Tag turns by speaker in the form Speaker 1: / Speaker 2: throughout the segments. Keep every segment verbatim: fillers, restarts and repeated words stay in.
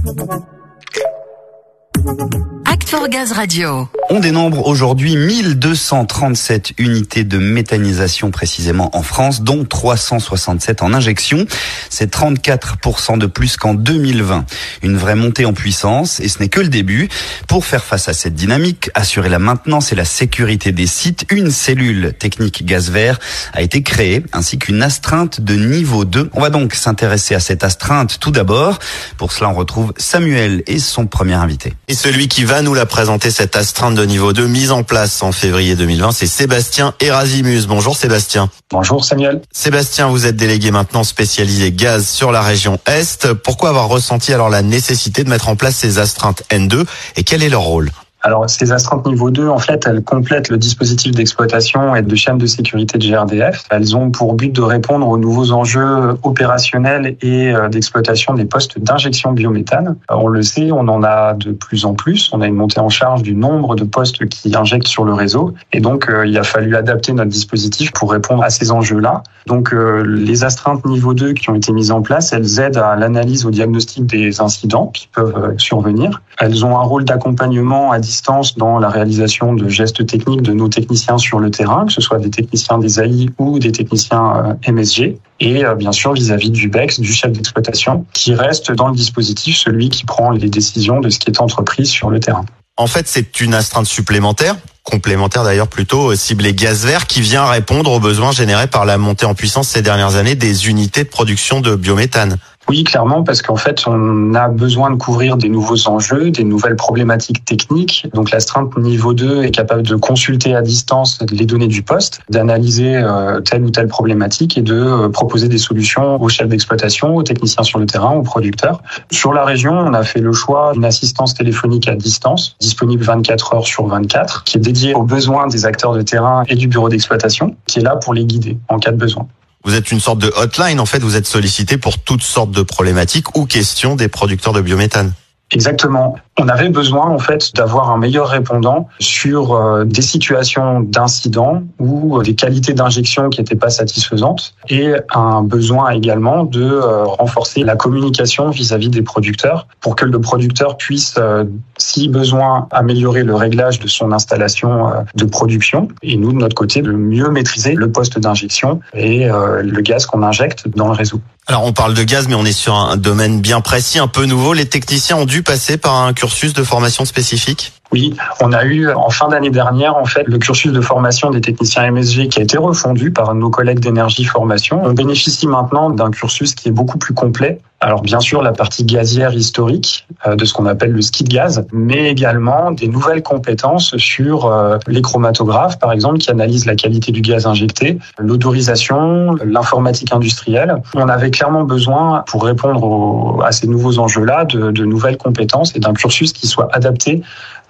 Speaker 1: Act for Gaz Radio.
Speaker 2: On dénombre aujourd'hui mille deux cent trente-sept unités de méthanisation précisément en France, dont trois cent soixante-sept en injection. C'est trente-quatre pour cent de plus qu'en deux mille vingt. Une vraie montée en puissance, et ce n'est que le début. Pour faire face à cette dynamique, assurer la maintenance et la sécurité des sites, une cellule technique gaz vert a été créée, ainsi qu'une astreinte de niveau deux. On va donc s'intéresser à cette astreinte tout d'abord. Pour cela, on retrouve Samuel et son premier invité.
Speaker 3: Et celui qui va nous la présenter, cette astreinte de niveau deux mise en place en février deux mille vingt, c'est Sébastien Erasimus. Bonjour Sébastien.
Speaker 4: Bonjour Samuel.
Speaker 3: Sébastien, vous êtes délégué maintenant spécialisé gaz sur la région Est. Pourquoi avoir ressenti alors la nécessité de mettre en place ces astreintes N deux et quel est leur rôle ?
Speaker 4: Alors, ces astreintes niveau deux, en fait, elles complètent le dispositif d'exploitation et de chaîne de sécurité de G R D F. Elles ont pour but de répondre aux nouveaux enjeux opérationnels et d'exploitation des postes d'injection biométhane. On le sait, on en a de plus en plus. On a une montée en charge du nombre de postes qui injectent sur le réseau. Et donc, euh, il a fallu adapter notre dispositif pour répondre à ces enjeux-là. Donc, euh, les astreintes niveau deux qui ont été mises en place, elles aident à l'analyse, au diagnostic des incidents qui peuvent euh, survenir. Elles ont un rôle d'accompagnement à distance dans la réalisation de gestes techniques de nos techniciens sur le terrain, que ce soit des techniciens des A I ou des techniciens M S G, et bien sûr vis-à-vis du B E X, du chef d'exploitation, qui reste dans le dispositif celui qui prend les décisions de ce qui est entrepris sur le terrain.
Speaker 3: En fait, c'est une astreinte supplémentaire, complémentaire d'ailleurs plutôt, ciblée gaz vert, qui vient répondre aux besoins générés par la montée en puissance ces dernières années des unités de production de biométhane.
Speaker 4: Oui, clairement, parce qu'en fait, on a besoin de couvrir des nouveaux enjeux, des nouvelles problématiques techniques. Donc, l'astreinte niveau deux est capable de consulter à distance les données du poste, d'analyser euh, telle ou telle problématique et de euh, proposer des solutions aux chefs d'exploitation, aux techniciens sur le terrain, aux producteurs. Sur la région, on a fait le choix d'une assistance téléphonique à distance, disponible vingt-quatre heures sur vingt-quatre, qui est dédiée aux besoins des acteurs de terrain et du bureau d'exploitation, qui est là pour les guider en cas de besoin.
Speaker 3: Vous êtes une sorte de hotline, en fait, vous êtes sollicité pour toutes sortes de problématiques ou questions des producteurs de biométhane.
Speaker 4: Exactement. On avait besoin en fait d'avoir un meilleur répondant sur euh, des situations d'incidents ou euh, des qualités d'injection qui n'étaient pas satisfaisantes et un besoin également de euh, renforcer la communication vis-à-vis des producteurs pour que le producteur puisse, euh, si besoin, améliorer le réglage de son installation euh, de production et nous de notre côté de mieux maîtriser le poste d'injection et euh, le gaz qu'on injecte dans le réseau.
Speaker 3: Alors on parle de gaz, mais on est sur un domaine bien précis, un peu nouveau. Les techniciens ont dû passer par un cursus de formation spécifique ?
Speaker 4: Oui, on a eu en fin d'année dernière en fait le cursus de formation des techniciens M S G qui a été refondu par nos collègues d'Énergie Formation. On bénéficie maintenant d'un cursus qui est beaucoup plus complet. Alors bien sûr la partie gazière historique euh, de ce qu'on appelle le ski de gaz, mais également des nouvelles compétences sur euh, les chromatographes par exemple qui analysent la qualité du gaz injecté, l'odorisation, l'informatique industrielle. On avait clairement besoin pour répondre au, à ces nouveaux enjeux-là de, de nouvelles compétences et d'un cursus qui soit adapté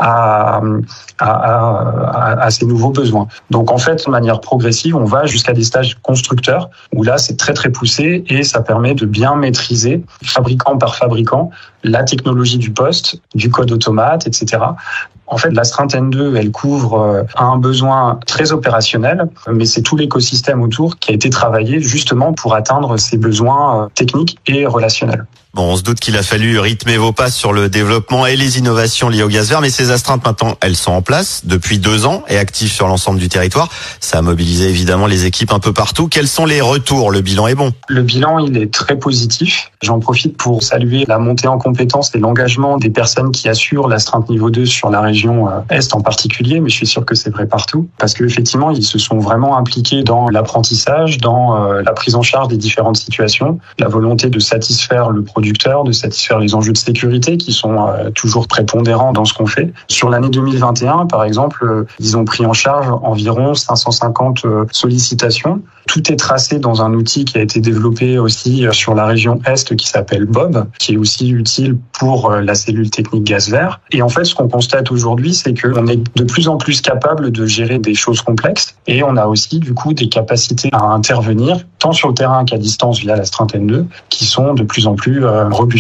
Speaker 4: À, à, à, à ces nouveaux besoins. Donc en fait, de manière progressive, on va jusqu'à des stages constructeurs où là, c'est très très poussé et ça permet de bien maîtriser, fabricant par fabricant, la technologie du poste, du code automate, et cetera. En fait, l'astreinte N deux, elle couvre un besoin très opérationnel, mais c'est tout l'écosystème autour qui a été travaillé justement pour atteindre ces besoins techniques et relationnels.
Speaker 3: Bon, on se doute qu'il a fallu rythmer vos pas sur le développement et les innovations liées au gaz vert, mais ces astreintes maintenant, elles sont en place depuis deux ans et actives sur l'ensemble du territoire. Ça a mobilisé évidemment les équipes un peu partout. Quels sont les retours ? Le bilan est bon ?
Speaker 4: Le bilan, il est très positif. J'en profite pour saluer la montée en compétences et l'engagement des personnes qui assurent l'astreinte niveau deux sur la région Est en particulier, mais je suis sûr que c'est vrai partout, parce qu'effectivement, ils se sont vraiment impliqués dans l'apprentissage, dans la prise en charge des différentes situations, la volonté de satisfaire le produit de satisfaire les enjeux de sécurité qui sont euh, toujours prépondérants dans ce qu'on fait. Sur l'année deux mille vingt et un, par exemple, euh, ils ont pris en charge environ cinq cent cinquante euh, sollicitations. Tout est tracé dans un outil qui a été développé aussi euh, sur la région Est qui s'appelle Bob, qui est aussi utile pour euh, la cellule technique gaz vert. Et en fait, ce qu'on constate aujourd'hui, c'est qu'on est de plus en plus capable de gérer des choses complexes et on a aussi du coup des capacités à intervenir tant sur le terrain qu'à distance via l'astreinte N deux qui sont de plus en plus euh, robustes.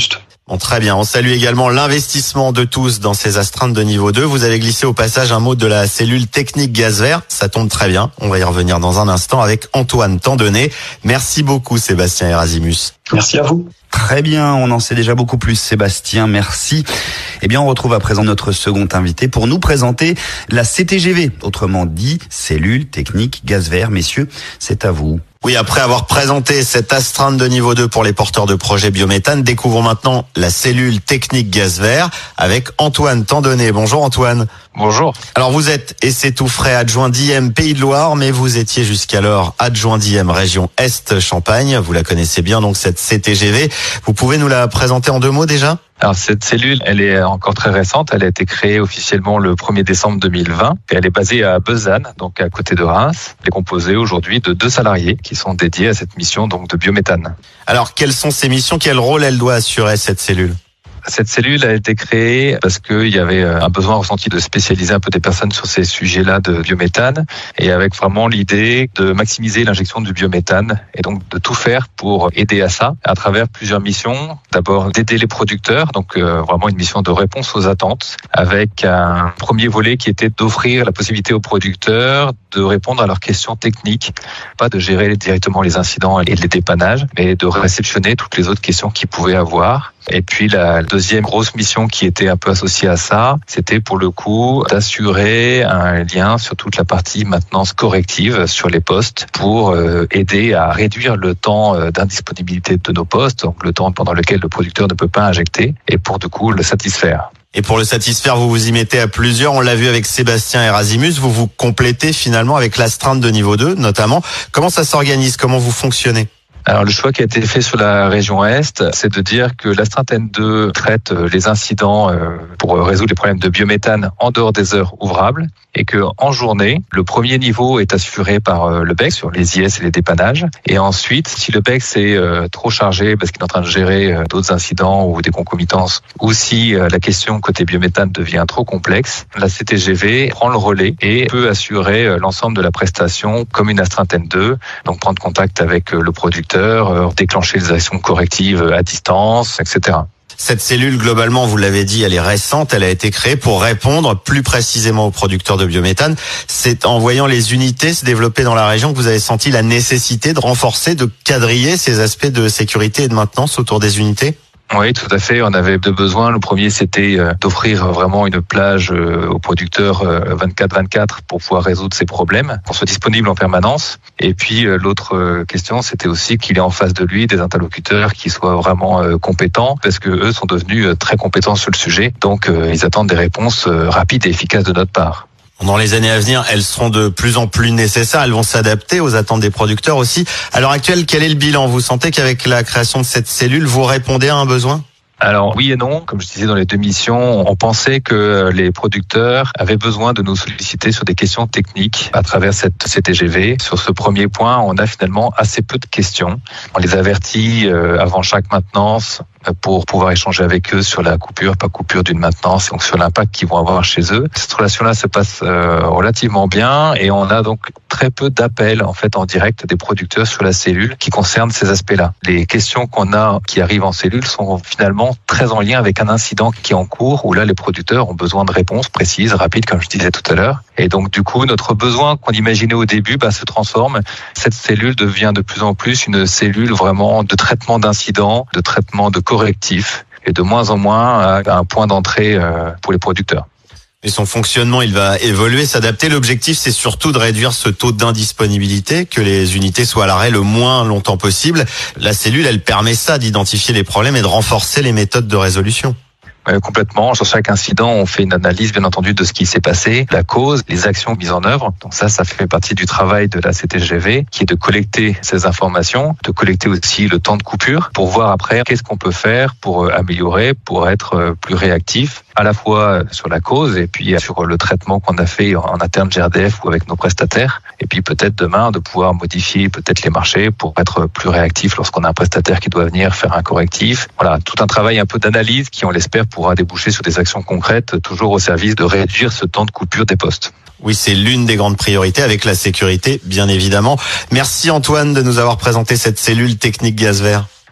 Speaker 3: Bon, très bien. On salue également l'investissement de tous dans ces astreintes de niveau deux. Vous avez glissé au passage un mot de la cellule technique gaz vert. Ça tombe très bien. On va y revenir dans un instant avec Antoine Tandonnet. Merci beaucoup, Sébastien Erasmus.
Speaker 4: Merci à vous.
Speaker 2: Très bien, on en sait déjà beaucoup plus, Sébastien, merci. Eh bien, on retrouve à présent notre second invité pour nous présenter la C T G V, autrement dit, cellule technique gaz vert. Messieurs, c'est à vous.
Speaker 3: Oui, après avoir présenté cette astreinte de niveau deux pour les porteurs de projets biométhane, découvrons maintenant la cellule technique gaz vert avec Antoine Tandonnet. Bonjour Antoine.
Speaker 5: Bonjour.
Speaker 3: Alors vous êtes, et c'est tout frais, adjoint d'I M Pays de Loire, mais vous étiez jusqu'alors adjoint d'I M région Est Champagne. Vous la connaissez bien, donc cette C T G V. Vous pouvez nous la présenter en deux mots déjà ?
Speaker 5: Alors cette cellule, elle est encore très récente. Elle a été créée officiellement le premier décembre deux mille vingt. Et elle est basée à Besanne, donc à côté de Reims. Elle est composée aujourd'hui de deux salariés qui sont dédiés à cette mission donc de biométhane.
Speaker 3: Alors quelles sont ces missions ? Quel rôle elle doit assurer cette cellule ?
Speaker 5: Cette cellule a été créée parce qu'il y avait un besoin ressenti de spécialiser un peu des personnes sur ces sujets-là de biométhane et avec vraiment l'idée de maximiser l'injection du biométhane et donc de tout faire pour aider à ça à travers plusieurs missions. D'abord d'aider les producteurs, donc euh, vraiment une mission de réponse aux attentes avec un premier volet qui était d'offrir la possibilité aux producteurs de répondre à leurs questions techniques, pas de gérer directement les incidents et les dépannages, mais de réceptionner toutes les autres questions qu'ils pouvaient avoir. Et puis la deuxième grosse mission qui était un peu associée à ça, c'était pour le coup d'assurer un lien sur toute la partie maintenance corrective sur les postes pour euh, aider à réduire le temps euh, d'indisponibilité de nos postes, donc le temps pendant lequel le producteur ne peut pas injecter, et pour du coup le satisfaire.
Speaker 3: Et pour le satisfaire, vous vous y mettez à plusieurs. On l'a vu avec Sébastien Erasmus. Vous vous complétez finalement avec l'astreinte de niveau deux, notamment. Comment ça s'organise ? Comment vous fonctionnez ?
Speaker 5: Alors le choix qui a été fait sur la région Est, c'est de dire que l'astreinte N deux traite les incidents pour résoudre les problèmes de biométhane en dehors des heures ouvrables et que en journée, le premier niveau est assuré par le B E C sur les I S et les dépannages. Et ensuite, si le B E C est trop chargé parce qu'il est en train de gérer d'autres incidents ou des concomitances, ou si la question côté biométhane devient trop complexe, la C T G V prend le relais et peut assurer l'ensemble de la prestation comme une astreinte N deux, donc prendre contact avec le producteur, déclencher les actions correctives à distance, et cetera.
Speaker 3: Cette cellule, globalement, vous l'avez dit, elle est récente, elle a été créée pour répondre plus précisément aux producteurs de biométhane. C'est en voyant les unités se développer dans la région que vous avez senti la nécessité de renforcer, de quadriller ces aspects de sécurité et de maintenance autour des unités ?
Speaker 5: Oui, tout à fait. On avait deux besoins. Le premier, c'était d'offrir vraiment une plage aux producteurs vingt-quatre vingt-quatre pour pouvoir résoudre ces problèmes, qu'on soit disponible en permanence. Et puis, l'autre question, c'était aussi qu'il ait en face de lui des interlocuteurs qui soient vraiment compétents, parce que eux sont devenus très compétents sur le sujet. Donc, ils attendent des réponses rapides et efficaces de notre part.
Speaker 3: Dans les années à venir, elles seront de plus en plus nécessaires. Elles vont s'adapter aux attentes des producteurs aussi. À l'heure actuelle, quel est le bilan ? Vous sentez qu'avec la création de cette cellule, vous répondez à un besoin ?
Speaker 5: Alors oui et non, comme je disais dans les deux missions, on pensait que les producteurs avaient besoin de nous solliciter sur des questions techniques à travers cette C T G V. Sur ce premier point, on a finalement assez peu de questions. On les avertit avant chaque maintenance pour pouvoir échanger avec eux sur la coupure, pas coupure d'une maintenance, donc sur l'impact qu'ils vont avoir chez eux. Cette relation-là se passe euh, relativement bien et on a donc très peu d'appels en fait en direct des producteurs sur la cellule qui concernent ces aspects-là. Les questions qu'on a qui arrivent en cellule sont finalement très en lien avec un incident qui est en cours où là les producteurs ont besoin de réponses précises, rapides, comme je disais tout à l'heure. Et donc du coup, notre besoin qu'on imaginait au début bah, se transforme. Cette cellule devient de plus en plus une cellule vraiment de traitement d'incidents, de traitement de correctif et de moins en moins un point d'entrée pour les producteurs.
Speaker 3: Et son fonctionnement, il va évoluer, s'adapter. L'objectif, c'est surtout de réduire ce taux d'indisponibilité, que les unités soient à l'arrêt le moins longtemps possible. La cellule, elle permet ça, d'identifier les problèmes et de renforcer les méthodes de résolution.
Speaker 5: Euh, complètement. Sur chaque incident, on fait une analyse, bien entendu, de ce qui s'est passé, la cause, les actions mises en œuvre. Donc ça, ça fait partie du travail de la C T G V, qui est de collecter ces informations, de collecter aussi le temps de coupure, pour voir après qu'est-ce qu'on peut faire pour améliorer, pour être plus réactif, à la fois sur la cause et puis sur le traitement qu'on a fait en interne G R D F ou avec nos prestataires. Et puis peut-être demain, de pouvoir modifier peut-être les marchés pour être plus réactif lorsqu'on a un prestataire qui doit venir faire un correctif. Voilà, tout un travail un peu d'analyse qui, on l'espère, pourra déboucher sur des actions concrètes, toujours au service de réduire ce temps de coupure des postes.
Speaker 3: Oui, c'est l'une des grandes priorités avec la sécurité, bien évidemment. Merci Antoine de nous avoir présenté cette cellule technique gaz vert.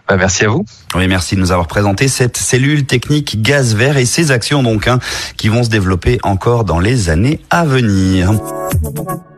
Speaker 5: Bah, merci à vous.
Speaker 2: Oui, merci de nous avoir présenté cette cellule technique gaz vert et ses actions donc hein, qui vont se développer encore dans les années à venir.